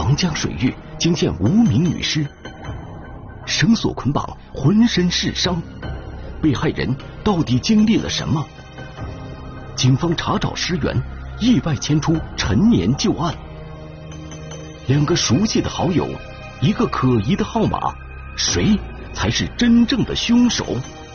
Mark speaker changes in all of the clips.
Speaker 1: 长江水域惊现无名女尸，绳索捆绑，浑身是伤，被害人到底经历了什么？警方查找尸源，意外牵出陈年旧案。两个熟悉的好友，一个可疑的号码，谁才是真正的凶手？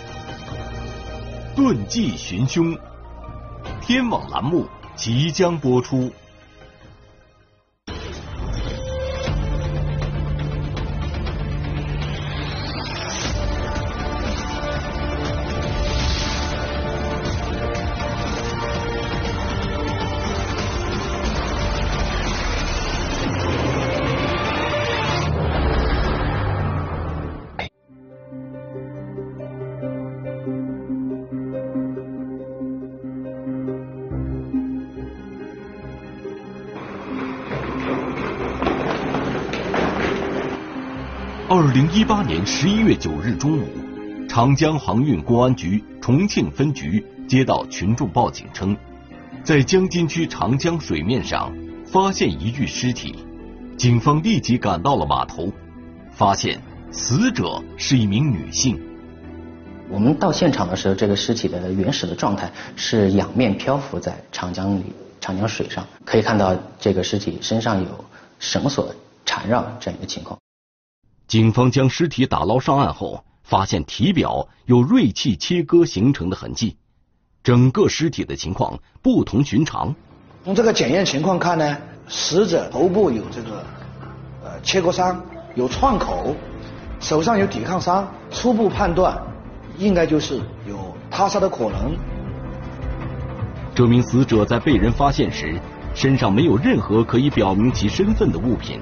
Speaker 1: 遁迹寻凶，天网栏目即将播出。2018年11月9日中午，长江航运公安局重庆分局接到群众报警称，在江津区长江水面上发现一具尸体。警方立即赶到了码头，发现死者是一名女性。
Speaker 2: 我们到现场的时候，这个尸体的原始的状态是仰面漂浮在长江水上，可以看到这个尸体身上有绳索缠绕这样一个情况。
Speaker 1: 警方将尸体打捞上岸后，发现体表有锐器切割形成的痕迹，整个尸体的情况不同寻常。
Speaker 3: 从这个检验情况看呢，死者头部有这个切割伤，有创口，手上有抵抗伤，初步判断应该就是有他杀的可能。
Speaker 1: 这名死者在被人发现时，身上没有任何可以表明其身份的物品。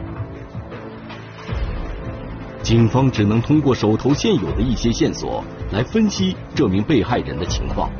Speaker 1: 警方只能通过手头现有的一些线索来分析这名被害人的情况。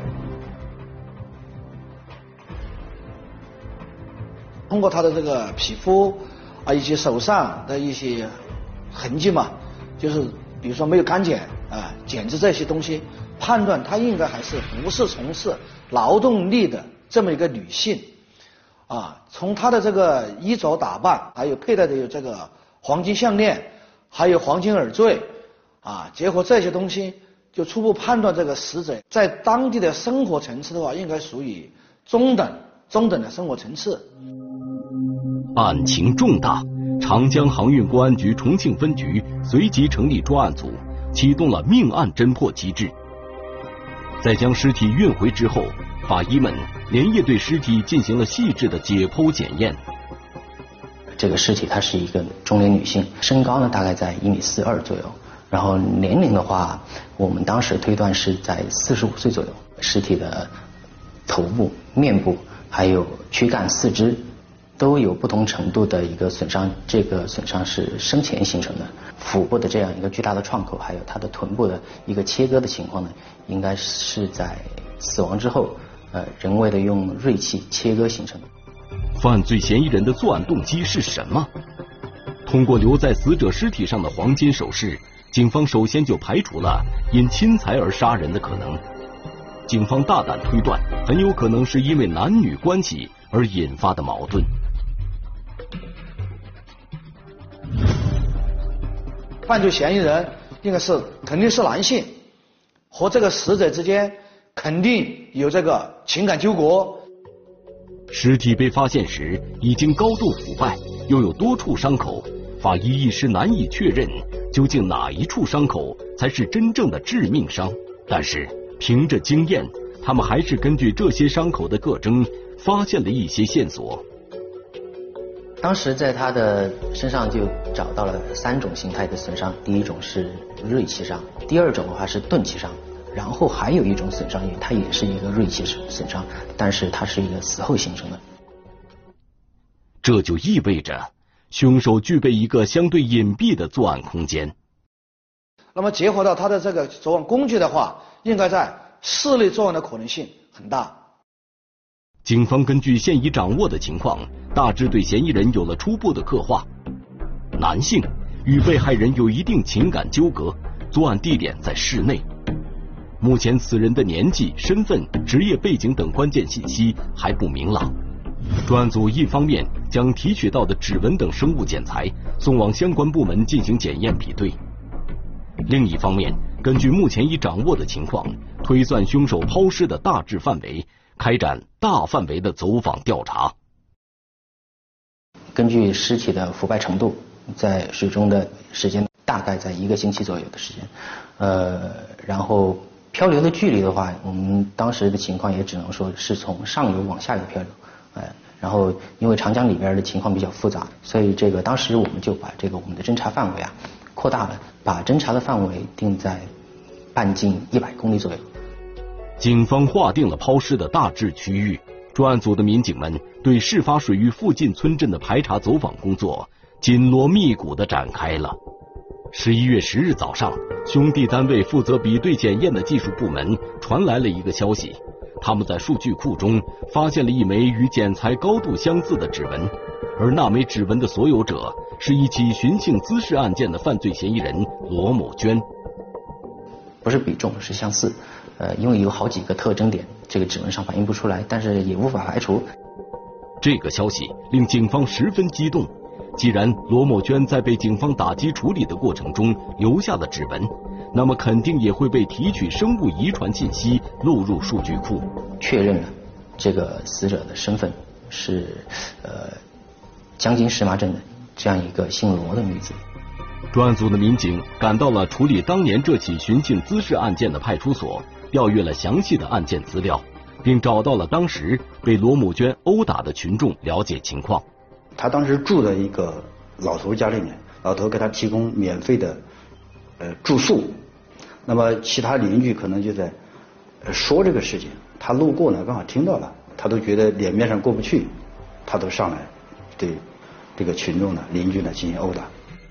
Speaker 3: 通过他的这个皮肤以及手上的一些痕迹嘛，就是比如说没有干剪剪子这些东西，判断他应该还是不是从事劳动力的这么一个女性从他的这个衣着打扮，还有佩戴的有这个黄金项链，还有黄金耳坠结合这些东西，就初步判断这个死者在当地的生活层次的话，应该属于中等的生活层次。
Speaker 1: 案情重大，长江航运公安局重庆分局随即成立专案组，启动了命案侦破机制。在将尸体运回之后，法医们连夜对尸体进行了细致的解剖检验。
Speaker 2: 这个尸体她是一个中年女性，身高呢大概在1.42米左右，然后年龄的话，我们当时推断是在45岁左右。尸体的头部、面部还有躯干、四肢都有不同程度的一个损伤，这个损伤是生前形成的。腹部的这样一个巨大的创口，还有她的臀部的一个切割的情况呢，应该是在死亡之后人为的用锐器切割形成的。
Speaker 1: 犯罪嫌疑人的作案动机是什么？通过留在死者尸体上的黄金首饰，警方首先就排除了因侵财而杀人的可能。警方大胆推断，很有可能是因为男女关系而引发的矛盾。
Speaker 3: 犯罪嫌疑人肯定是男性，和这个死者之间肯定有这个情感纠葛。
Speaker 1: 尸体被发现时已经高度腐败，又有多处伤口，法医一时难以确认究竟哪一处伤口才是真正的致命伤。但是凭着经验，他们还是根据这些伤口的特征发现了一些线索。
Speaker 2: 当时在他的身上就找到了3种形态的损伤，第一种是锐器伤，第二种的话是钝器伤，然后还有一种损伤，它也是一个锐器损伤，但是它是一个死后形成的。
Speaker 1: 这就意味着凶手具备一个相对隐蔽的作案空间。
Speaker 3: 那么结合到他的这个作案工具的话，应该在室内作案的可能性很大。
Speaker 1: 警方根据现已掌握的情况，大致对嫌疑人有了初步的刻画。男性，与被害人有一定情感纠葛，作案地点在室内。目前此人的年纪、身份、职业背景等关键信息还不明朗。 专案组一方面将提取到的指纹等生物检材送往相关部门进行检验比对，另一方面根据目前已掌握的情况，推算凶手抛尸的大致范围，开展大范围的走访调查。
Speaker 2: 根据尸体的腐败程度，在水中的时间大概在1个星期左右的时间，然后漂流的距离的话，我们当时的情况也只能说是从上游往下游漂流，然后因为长江里边的情况比较复杂，所以当时我们就把我们的侦查范围扩大了，把侦查的范围定在半径100公里左右。
Speaker 1: 警方划定了抛尸的大致区域，专案组的民警们对事发水域附近村镇的排查走访工作紧锣密鼓地展开了。11月10日早上，兄弟单位负责比对检验的技术部门传来了一个消息，他们在数据库中发现了一枚与检材高度相似的指纹，而那枚指纹的所有者是一起寻衅滋事案件的犯罪嫌疑人罗某娟。
Speaker 2: 不是比重，是相似，因为有好几个特征点，这个指纹上反映不出来，但是也无法排除。
Speaker 1: 这个消息令警方十分激动。既然罗某娟在被警方打击处理的过程中留下了指纹，那么肯定也会被提取生物遗传信息录入数据库。
Speaker 2: 确认了这个死者的身份是江津石麻镇的这样一个姓罗的女子。
Speaker 1: 专案组的民警赶到了处理当年这起寻衅滋事案件的派出所，调阅了详细的案件资料，并找到了当时被罗某娟殴打的群众，了解情况。
Speaker 4: 他当时住在一个老头家里面，老头给他提供免费的住宿，那么其他邻居可能就在说这个事情，他路过呢刚好听到了，他都觉得脸面上过不去，他都上来对这个群众呢邻居呢进行殴打。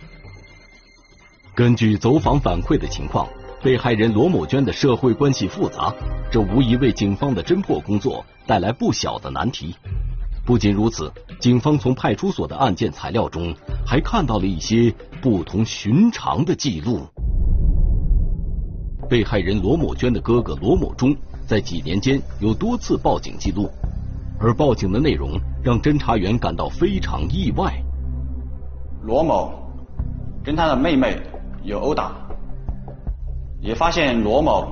Speaker 1: 根据走访反馈的情况，被害人罗某娟的社会关系复杂，这无疑为警方的侦破工作带来不小的难题。不仅如此，警方从派出所的案件材料中还看到了一些不同寻常的记录。被害人罗某娟的哥哥罗某忠在几年间有多次报警记录，而报警的内容让侦查员感到非常意外。
Speaker 5: 罗某跟他的妹妹有殴打，也发现罗某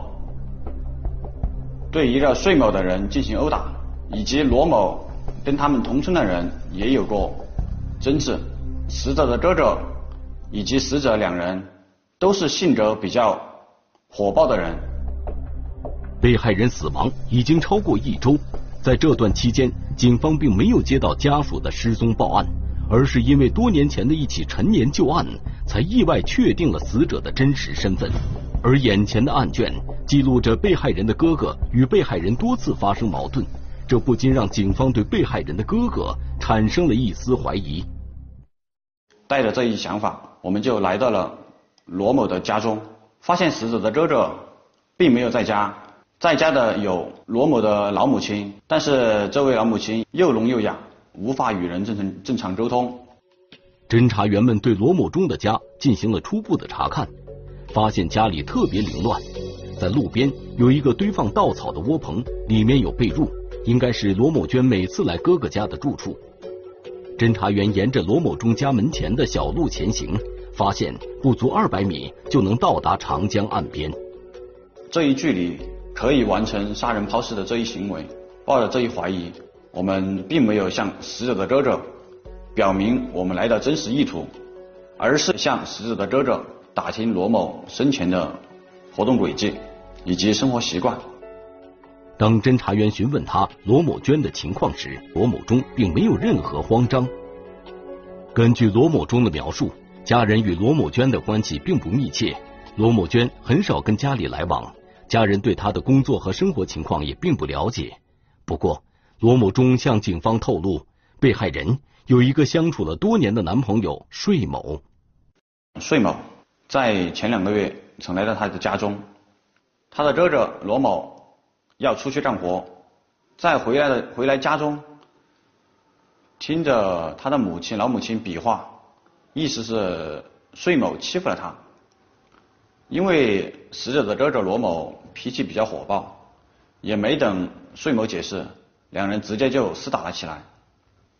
Speaker 5: 对一个睡某的人进行殴打，以及罗某跟他们同村的人也有过争执。死者的哥哥以及死者两人都是性格比较火爆的人。
Speaker 1: 被害人死亡已经超过1周，在这段期间，警方并没有接到家属的失踪报案，而是因为多年前的一起陈年旧案，才意外确定了死者的真实身份。而眼前的案卷记录着被害人的哥哥与被害人多次发生矛盾，这不禁让警方对被害人的哥哥产生了一丝怀疑。
Speaker 5: 带着这一想法，我们就来到了罗某的家中，发现死者的哥哥并没有在家，在家的有罗某的老母亲，但是这位老母亲又聋又哑，无法与人正常沟通。
Speaker 1: 侦查员们对罗某忠的家进行了初步的查看，发现家里特别凌乱，在路边有一个堆放稻草的窝棚，里面有被褥，应该是罗某娟每次来哥哥家的住处。侦查员沿着罗某忠家门前的小路前行，发现不足200米就能到达长江岸边。
Speaker 5: 这一距离可以完成杀人抛尸的这一行为，抱着这一怀疑，我们并没有向死者的哥哥表明我们来的真实意图，而是向死者的哥哥打听罗某生前的活动轨迹以及生活习惯。
Speaker 1: 当侦查员询问他罗某娟的情况时，罗某忠并没有任何慌张。根据罗某忠的描述，家人与罗某娟的关系并不密切，罗某娟很少跟家里来往，家人对他的工作和生活情况也并不了解。不过，罗某忠向警方透露，被害人有一个相处了多年的男朋友睡某。
Speaker 5: 睡某在前2个月曾来到他的家中，他的哥哥罗某要出去干活，在回来家中，听着他的老母亲比划，意思是睡某欺负了他。因为死者的哥哥罗某脾气比较火爆，也没等睡某解释，两人直接就厮打了起来。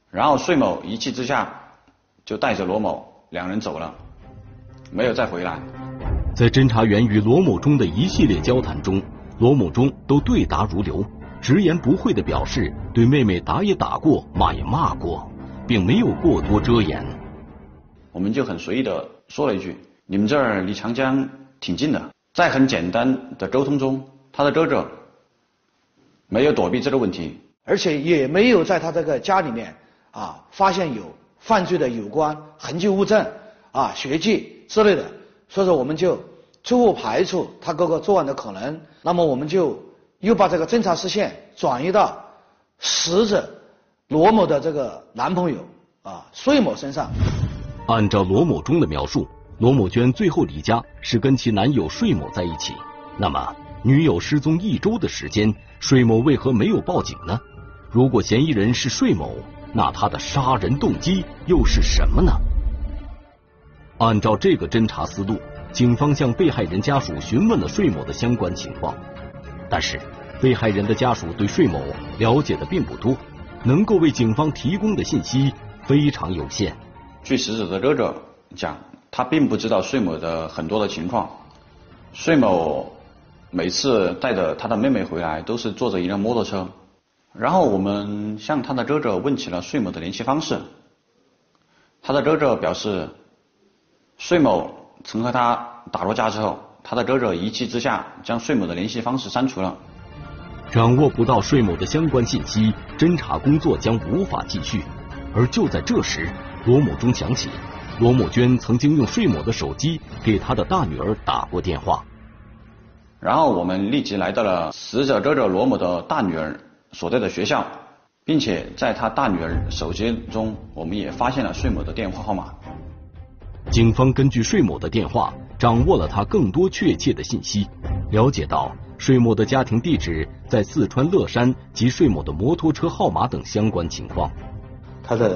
Speaker 5: 然后税某一气之下就带着罗某两人走了，没有再回来。
Speaker 1: 在侦查员与罗某忠的一系列交谈中，罗某忠都对答如流，直言不讳地表示对妹妹打也打过，骂也骂过，并没有过多遮掩。
Speaker 5: 我们就很随意地说了一句：“你们这儿离长江挺近的。”在很简单的沟通中，他的哥哥没有躲避这个问题，
Speaker 3: 而且也没有在他这个家里面发现有犯罪的有关痕迹物证血迹之类的，所以说我们就初步排除他哥哥作案的可能。那么我们就又把这个侦查视线转移到死者罗某的这个男朋友税某身上。
Speaker 1: 按照罗某忠的描述，罗某娟最后离家是跟其男友税某在一起。那么女友失踪1周的时间，税某为何没有报警呢？如果嫌疑人是税某，那他的杀人动机又是什么呢？按照这个侦查思路，警方向被害人家属询问了税某的相关情况，但是被害人的家属对税某了解的并不多，能够为警方提供的信息非常有限。
Speaker 5: 据死者的哥哥讲，他并不知道税某的很多的情况。税某每次带着他的妹妹回来都是坐着一辆摩托车，然后我们向他的哥哥问起了税某的联系方式。他的哥哥表示，税某曾和他打过架之后，他的哥哥一气之下将税某的联系方式删除了。
Speaker 1: 掌握不到税某的相关信息，侦查工作将无法继续。而就在这时，罗某忠想起罗某娟曾经用税某的手机给他的大女儿打过电话。
Speaker 5: 然后我们立即来到了死者哥哥罗某的大女儿所在的学校，并且在他大女儿手机中，我们也发现了税某的电话号码。
Speaker 1: 警方根据税某的电话，掌握了他更多确切的信息，了解到税某的家庭地址在四川乐山及税某的摩托车号码等相关情况。
Speaker 4: 他在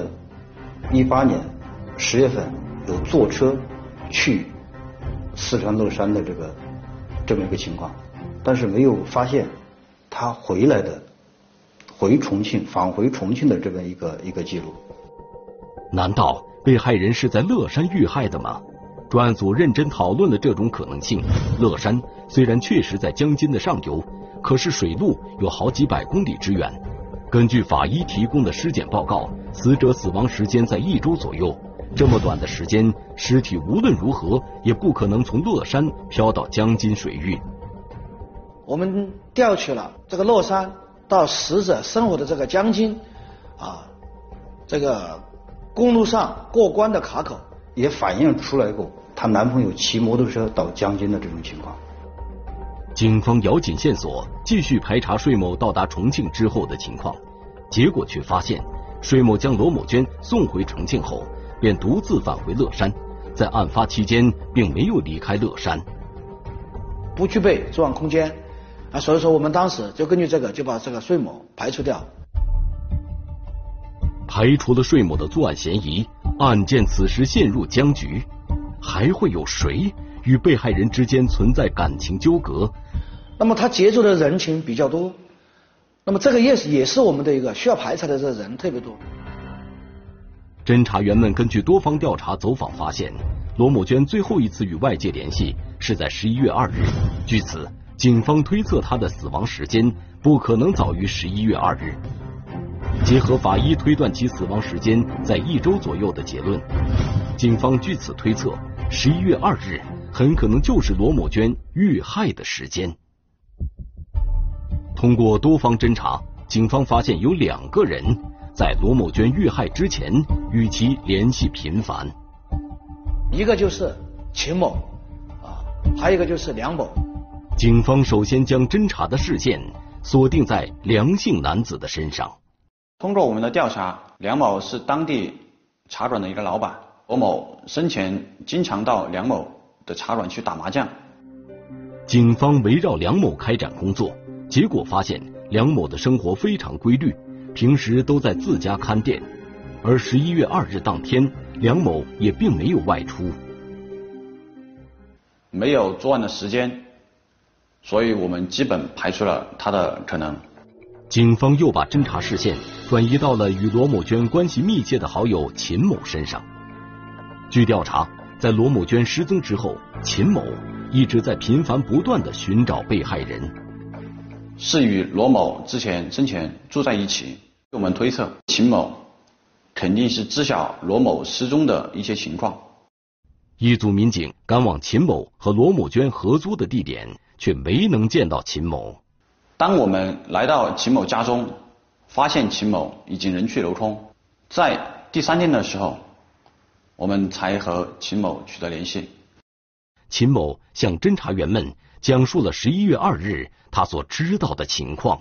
Speaker 4: 18年10月份有坐车去四川乐山的这么一个情况，但是没有发现他回重庆返回重庆的这么一个记录。
Speaker 1: 难道被害人是在乐山遇害的吗？专案组认真讨论了这种可能性。乐山虽然确实在江津的上游，可是水路有好几百公里之远。根据法医提供的尸检报告，死者死亡时间在1周左右。这么短的时间，尸体无论如何也不可能从乐山飘到江津水域。
Speaker 3: 我们调取了这个乐山到死者生活的这个江津这个公路上过关的卡口，
Speaker 4: 也反映出来过她男朋友骑摩托车到江津的这种情况。
Speaker 1: 警方咬紧线索，继续排查税某到达重庆之后的情况，结果却发现税某将罗某娟送回重庆后，便独自返回乐山，在案发期间并没有离开乐山，
Speaker 3: 不具备作案空间所以说我们当时就根据这个就把这个税某排除掉。
Speaker 1: 排除了税某的作案嫌疑，案件此时陷入僵局，还会有谁与被害人之间存在感情纠葛？
Speaker 3: 那么他接触的人群比较多，那么这个也是我们的一个需要排查的这人特别多。
Speaker 1: 侦查员们根据多方调查走访发现，罗某娟最后一次与外界联系是在11月2日，据此警方推测她的死亡时间不可能早于11月2日。结合法医推断其死亡时间在1周左右的结论，警方据此推测11月2日很可能就是罗某娟遇害的时间。通过多方侦查，警方发现有2个人在罗某娟遇害之前与其联系频繁，
Speaker 3: 一个就是秦某还有一个就是梁某。
Speaker 1: 警方首先将侦查的视线锁定在梁姓男子的身上。
Speaker 5: 通过我们的调查，梁某是当地茶馆的一个老板，罗某生前经常到梁某的茶馆去打麻将。
Speaker 1: 警方围绕梁某开展工作，结果发现梁某的生活非常规律，平时都在自家看店，而11月2日当天，梁某也并没有外出，
Speaker 5: 没有作案的时间，所以我们基本排除了他的可能。
Speaker 1: 警方又把侦查视线转移到了与罗某娟关系密切的好友秦某身上。据调查，在罗某娟失踪之后，秦某一直在频繁不断地寻找被害人，
Speaker 5: 是与罗某生前住在一起。我们推测，秦某肯定是知晓罗某失踪的一些情况。
Speaker 1: 一组民警赶往秦某和罗某娟合租的地点，却没能见到秦某。
Speaker 5: 当我们来到秦某家中，发现秦某已经人去楼空。在第3天的时候，我们才和秦某取得联系。
Speaker 1: 秦某向侦查员们讲述了11月2日他所知道的情况。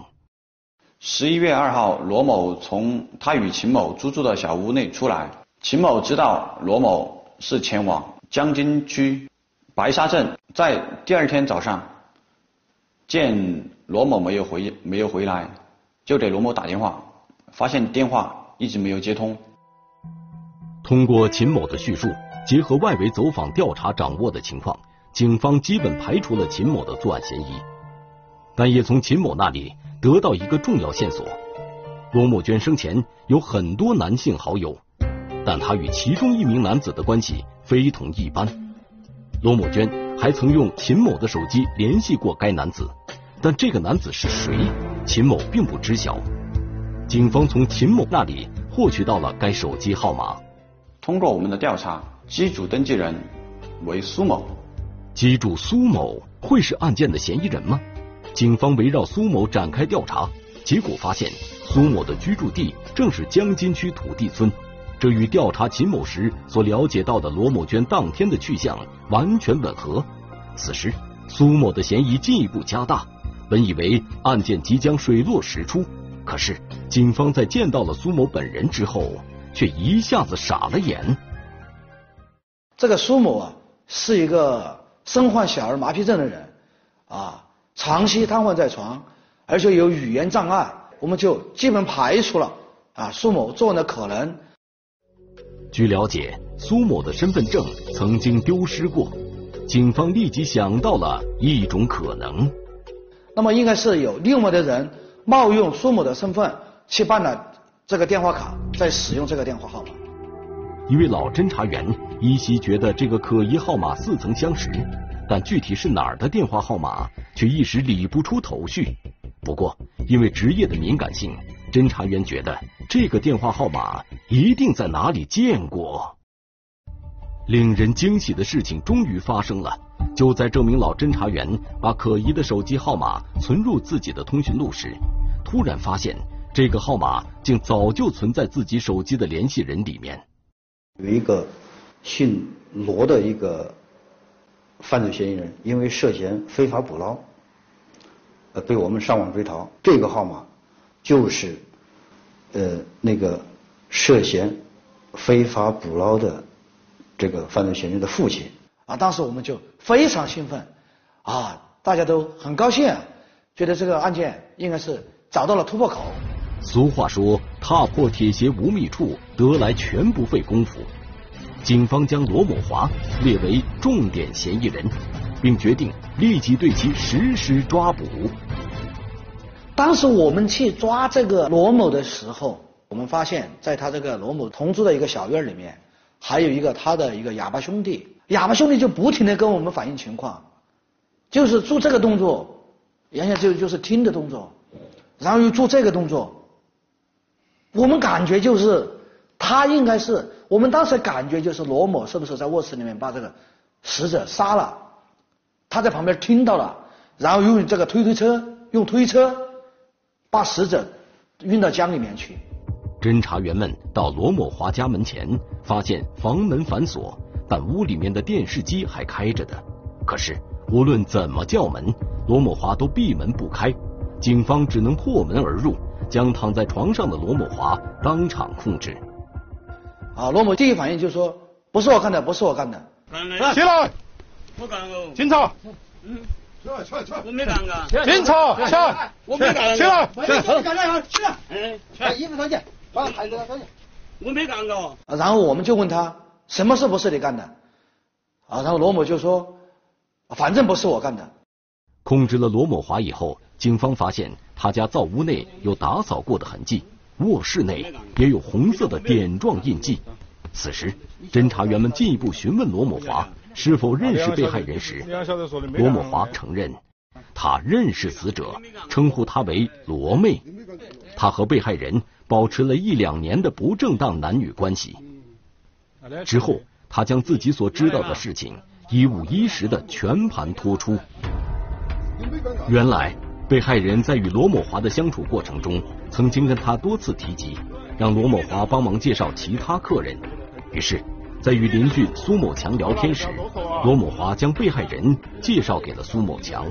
Speaker 5: 11月2号，罗某从他与秦某租住的小屋内出来。秦某知道罗某是前往江津区白沙镇，在第2天早上见罗某没有回来，就给罗某打电话，发现电话一直没有接通。
Speaker 1: 通过秦某的叙述，结合外围走访调查掌握的情况，警方基本排除了秦某的作案嫌疑，但也从秦某那里得到一个重要线索：罗某娟生前有很多男性好友，但她与其中一名男子的关系非同一般。罗某娟还曾用秦某的手机联系过该男子，但这个男子是谁，秦某并不知晓。警方从秦某那里获取到了该手机号码。
Speaker 5: 通过我们的调查，机主登记人为苏某。
Speaker 1: 机主苏某会是案件的嫌疑人吗？警方围绕苏某展开调查，结果发现苏某的居住地正是江津区土地村，这与调查秦某时所了解到的罗某娟当天的去向完全吻合。此时苏某的嫌疑进一步加大，本以为案件即将水落石出，可是警方在见到了苏某本人之后，却一下子傻了眼。
Speaker 3: 这个苏某啊，是一个身患小儿麻痹症的人啊，长期瘫痪在床，而且有语言障碍，我们就基本排除了苏某作案的可能。
Speaker 1: 据了解，苏某的身份证曾经丢失过，警方立即想到了一种可能，
Speaker 3: 那么应该是有另外的人冒用苏某的身份去办了这个电话卡，再使用这个电话号码。
Speaker 1: 一位老侦查员依稀觉得这个可疑号码似曾相识，但具体是哪儿的电话号码却一时理不出头绪。不过因为职业的敏感性，侦查员觉得这个电话号码一定在哪里见过。令人惊喜的事情终于发生了，就在这名老侦查员把可疑的手机号码存入自己的通讯录时，突然发现这个号码竟早就存在自己手机的联系人里面。
Speaker 4: 有一个姓罗的一个犯罪嫌疑人，因为涉嫌非法捕捞被我们上网追逃，这个号码就是那个涉嫌非法捕捞的这个犯罪嫌疑人的父亲
Speaker 3: 当时我们就非常兴奋大家都很高兴觉得这个案件应该是找到了突破口。
Speaker 1: 俗话说，踏破铁鞋无觅处，得来全不费工夫。警方将罗某华列为重点嫌疑人，并决定立即对其实施抓捕。
Speaker 3: 当时我们去抓这个罗某的时候，我们发现在他这个罗某同住的一个小院里面，还有一个他的一个哑巴兄弟，哑巴兄弟就不停地跟我们反映情况，就是做这个动作，原先就是听的动作，然后又做这个动作，我们感觉就是他应该是，我们当时感觉就是罗某是不是在卧室里面把这个死者杀了，他在旁边听到了，然后用这个用推车把死者运到江里面去。
Speaker 1: 侦查员们到罗某华家门前，发现房门反锁，但屋里面的电视机还开着的。可是无论怎么叫门，罗某华都闭门不开，警方只能破门而入，将躺在床上的罗某华当场控制。
Speaker 3: 罗某第一反应就说：“不是我干的，不是我干的。”
Speaker 6: 起来！
Speaker 7: 我干哦。
Speaker 6: 警察。
Speaker 7: 我没干啊。
Speaker 6: 警察，起来！
Speaker 7: 我没干。
Speaker 6: 起来！
Speaker 7: 起来！把衣服脱下，把孩子脱下。我没干过。
Speaker 3: 然后我们就问他什么事不是你干的？然后罗某就说：“反正不是我干的。”
Speaker 1: 控制了罗某华以后，警方发现他家灶屋内有打扫过的痕迹，卧室内也有红色的点状印记。此时，侦查员们进一步询问罗某华是否认识被害人时，罗某华承认他认识死者，称呼他为罗妹。他和被害人保持了1、2年的不正当男女关系。之后，他将自己所知道的事情一五一十的全盘托出。原来，被害人在与罗某华的相处过程中，曾经跟他多次提及，让罗某华帮忙介绍其他客人。于是，在与邻居苏某强聊天时，罗某华将被害人介绍给了苏某强。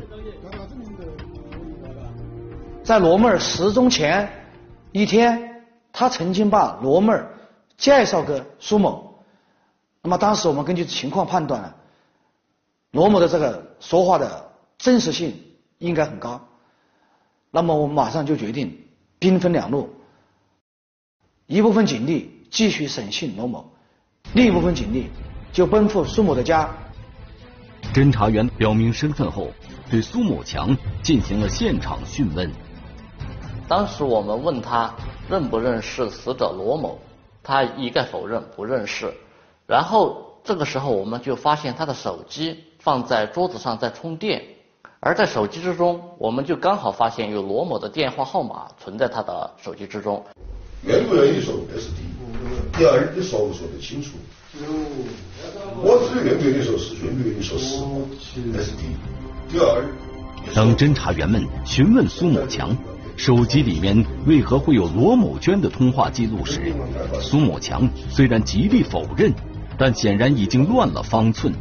Speaker 3: 在罗妹儿失踪前一天，他曾经把罗妹儿介绍给苏某。那么当时我们根据情况判断，罗某的这个说话的真实性应该很高。那么我们马上就决定兵分2路，一部分警力继续审讯罗某，另一部分警力就奔赴苏某的家。
Speaker 1: 侦查员表明身份后，对苏某强进行了现场讯问。
Speaker 8: 当时我们问他认不认识死者罗某，他一概否认不认识。然后这个时候我们就发现他的手机放在桌子上在充电，而在手机之中，我们就刚好发现有罗某的电话号码存在他的手机之中。
Speaker 9: 愿不愿意说那是第一，第二你说不说得清楚。我只愿不愿意说是，愿不愿意说是，那是第一。第二，
Speaker 1: 当侦查员们询问苏某强手机里面为何会有罗某娟的通话记录时，苏某强虽然极力否认，但显然已经乱了方寸。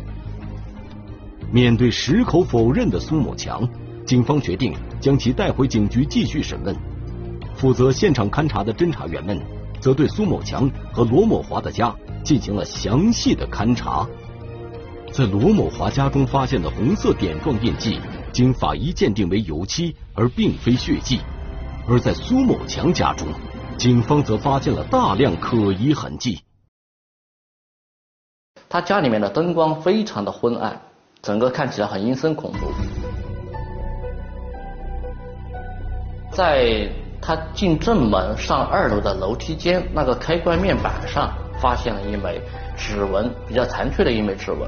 Speaker 1: 面对矢口否认的苏某强，警方决定将其带回警局继续审问。负责现场勘查的侦查员们则对苏某强和罗某华的家进行了详细的勘查。在罗某华家中发现的红色点状印记，经法医鉴定为油漆，而并非血迹；而在苏某强家中，警方则发现了大量可疑痕迹。
Speaker 8: 他家里面的灯光非常的昏暗，整个看起来很阴森恐怖。在他进正门上2楼的楼梯间那个开关面板上，发现了一枚指纹，比较残缺的一枚指纹。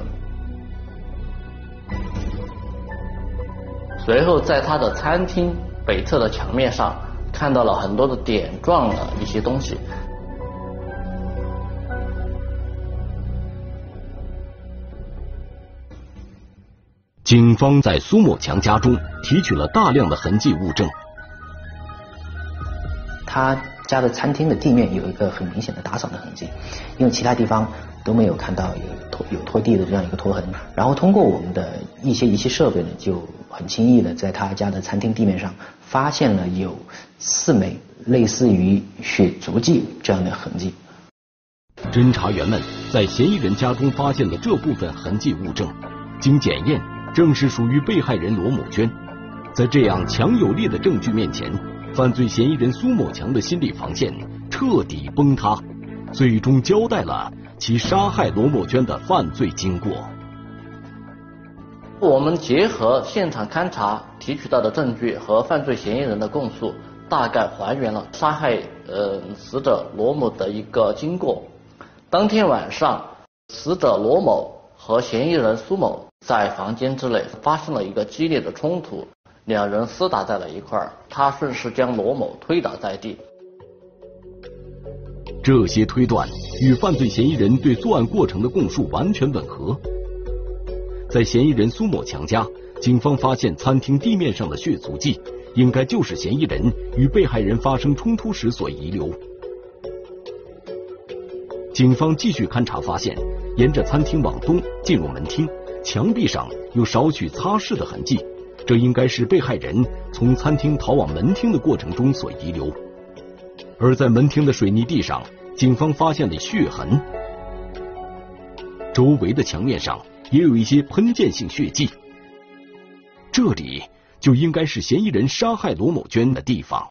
Speaker 8: 随后在他的餐厅北侧的墙面上看到了很多的点状的一些东西。
Speaker 1: 警方在苏某强家中提取了大量的痕迹物证。
Speaker 2: 他家的餐厅的地面有一个很明显的打扫的痕迹，因为其他地方都没有看到有拖地的这样一个拖痕。然后通过我们的一些仪器设备呢，就很轻易的在他家的餐厅地面上发现了有4枚类似于血足迹这样的痕迹。
Speaker 1: 侦查员们在嫌疑人家中发现的这部分痕迹物证，经检验正是属于被害人罗某娟。在这样强有力的证据面前，犯罪嫌疑人苏某强的心理防线彻底崩塌，最终交代了其杀害罗某娟的犯罪经过。
Speaker 8: 我们结合现场勘查提取到的证据和犯罪嫌疑人的供述，大概还原了杀害死者罗某的一个经过。当天晚上，死者罗某和嫌疑人苏某在房间之内发生了一个激烈的冲突，两人厮打在了一块儿，他顺势将罗某推倒在地。
Speaker 1: 这些推断与犯罪嫌疑人对作案过程的供述完全吻合。在嫌疑人苏某强家，警方发现餐厅地面上的血足迹，应该就是嫌疑人与被害人发生冲突时所遗留。警方继续勘查发现，沿着餐厅往东进入门厅，墙壁上有少许擦拭的痕迹，这应该是被害人从餐厅逃往门厅的过程中所遗留。而在门厅的水泥地上，警方发现了血痕，周围的墙面上也有一些喷溅性血迹，这里就应该是嫌疑人杀害罗某娟的地方。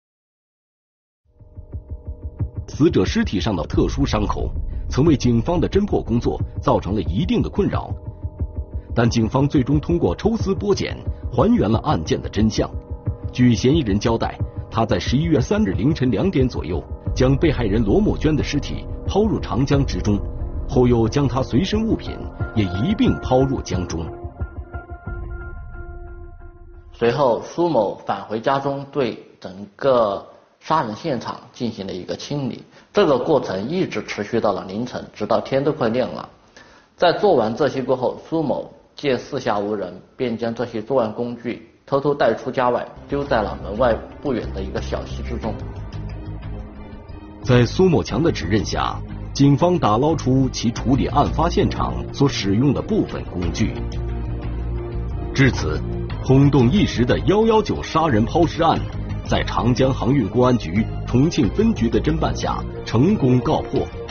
Speaker 1: 死者尸体上的特殊伤口曾为警方的侦破工作造成了一定的困扰，但警方最终通过抽丝剥茧， 还原了案件的真相。据嫌疑人交代，他在11月3日凌晨2点左右，将被害人罗某娟的尸体抛入长江之中，后又将她随身物品也一并抛入江中。
Speaker 8: 随后，苏某返回家中，对整个杀人现场进行了一个清理。这个过程一直持续到了凌晨，直到天都快亮了。在做完这些过后，苏某见四下无人，便将这些作案工具偷偷带出家外，丢在了门外不远的一个小溪之中。
Speaker 1: 在苏某强的指认下，警方打捞出其处理案发现场所使用的部分工具。至此，轰动一时的119杀人抛尸案，在长江航运公安局重庆分局的侦办下成功告破。